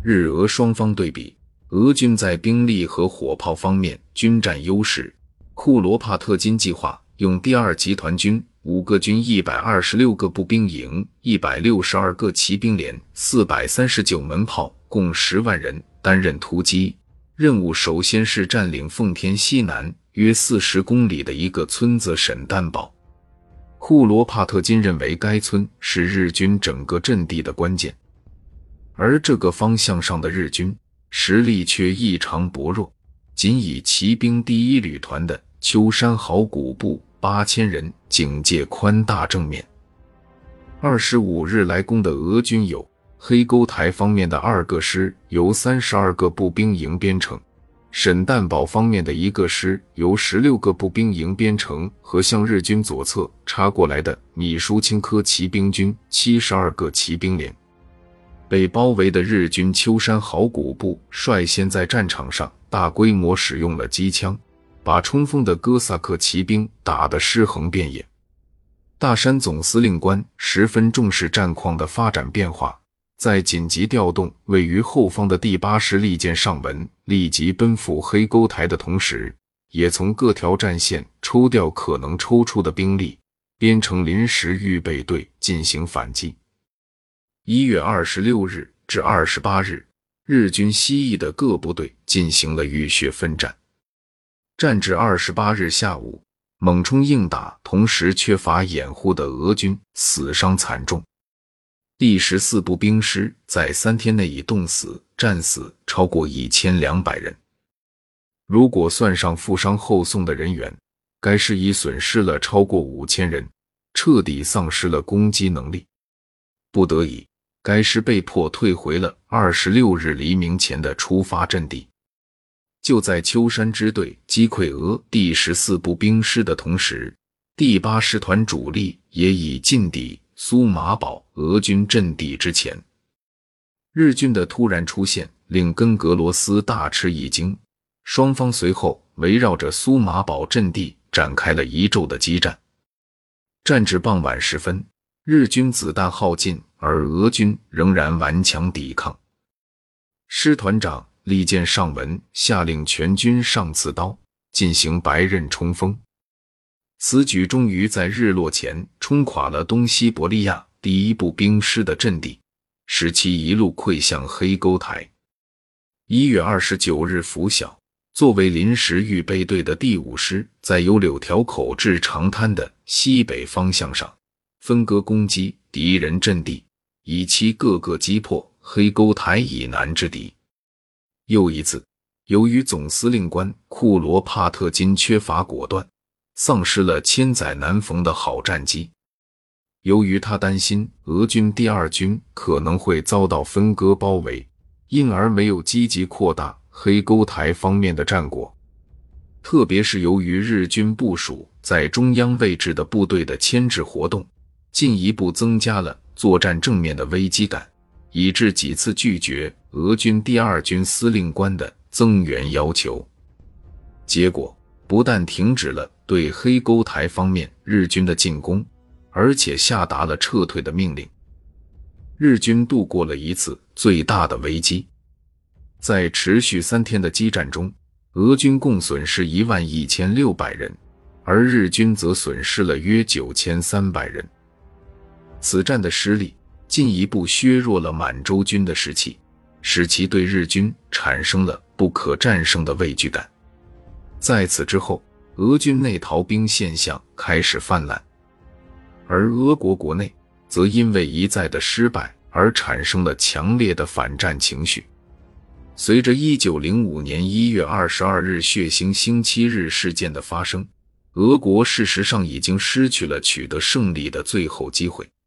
日俄双方对比，俄军在兵力和火炮方面均占优势。库罗帕特金计划用第二集团军5个军126个步兵营162个骑兵连439门炮共10万人担任突击任务，首先是占领奉天西南约40公里的一个村子沈旦堡。库罗帕特金认为该村是日军整个阵地的关键，而这个方向上的日军实力却异常薄弱，仅以骑兵第一旅团的秋山好谷部8000人警戒宽大正面。25日来攻的俄军有黑沟台方面的2个师由32个步兵营编成，沈旦堡方面的1个师由16个步兵营编成，和向日军左侧插过来的米舒钦科骑兵军72个骑兵连。被包围的日军秋山好谷部率先在战场上大规模使用了机枪，把冲锋的哥萨克骑兵打得尸横遍野。大山总司令官十分重视战况的发展变化，在紧急调动位于后方的第8师利剑上文立即奔赴黑沟台的同时，也从各条战线抽调可能抽出的兵力，编成临时预备队进行反击。1月26日至28日，日军西翼的各部队进行了浴血奋战。战至28日下午，猛冲硬打，同时缺乏掩护的俄军死伤惨重。第14步兵师在3天内已冻死、战死超过1200人。如果算上负伤后送的人员，该师已损失了超过5000人，彻底丧失了攻击能力。不得已，该师被迫退回了26日黎明前的出发阵地。就在秋山支队击溃俄第14步兵师的同时，第8师团主力也已进抵苏马堡俄军阵地之前。日军的突然出现令根格罗斯大吃一惊，双方随后围绕着苏马堡阵地展开了一昼的激战。战至傍晚时分，日军子弹耗尽，而俄军仍然顽强抵抗。师团长利剑上文下令全军上刺刀，进行白刃冲锋。此举终于在日落前冲垮了东西伯利亚第1步兵师的阵地，使其一路溃向黑沟台。1月29日拂晓，作为临时预备队的第5师在由柳条口至长滩的西北方向上分割攻击敌人阵地，以期各个击破黑沟台以南之敌。又一次，由于总司令官库罗帕特金缺乏果断，丧失了千载难逢的好战机。由于他担心俄军第2军可能会遭到分割包围，因而没有积极扩大黑沟台方面的战果。特别是由于日军部署在中央位置的部队的牵制活动，进一步增加了作战正面的危机感，以致几次拒绝俄军第2军司令官的增援要求。结果不但停止了对黑沟台方面日军的进攻，而且下达了撤退的命令。日军度过了一次最大的危机。在持续3天的激战中，俄军共损失11600人，而日军则损失了约9300人。此战的失利进一步削弱了满洲军的士气，使其对日军产生了不可战胜的畏惧感。在此之后，俄军内逃兵现象开始泛滥，而俄国国内则因为一再的失败而产生了强烈的反战情绪。随着1905年1月22日血腥星期日事件的发生，俄国事实上已经失去了取得胜利的最后机会。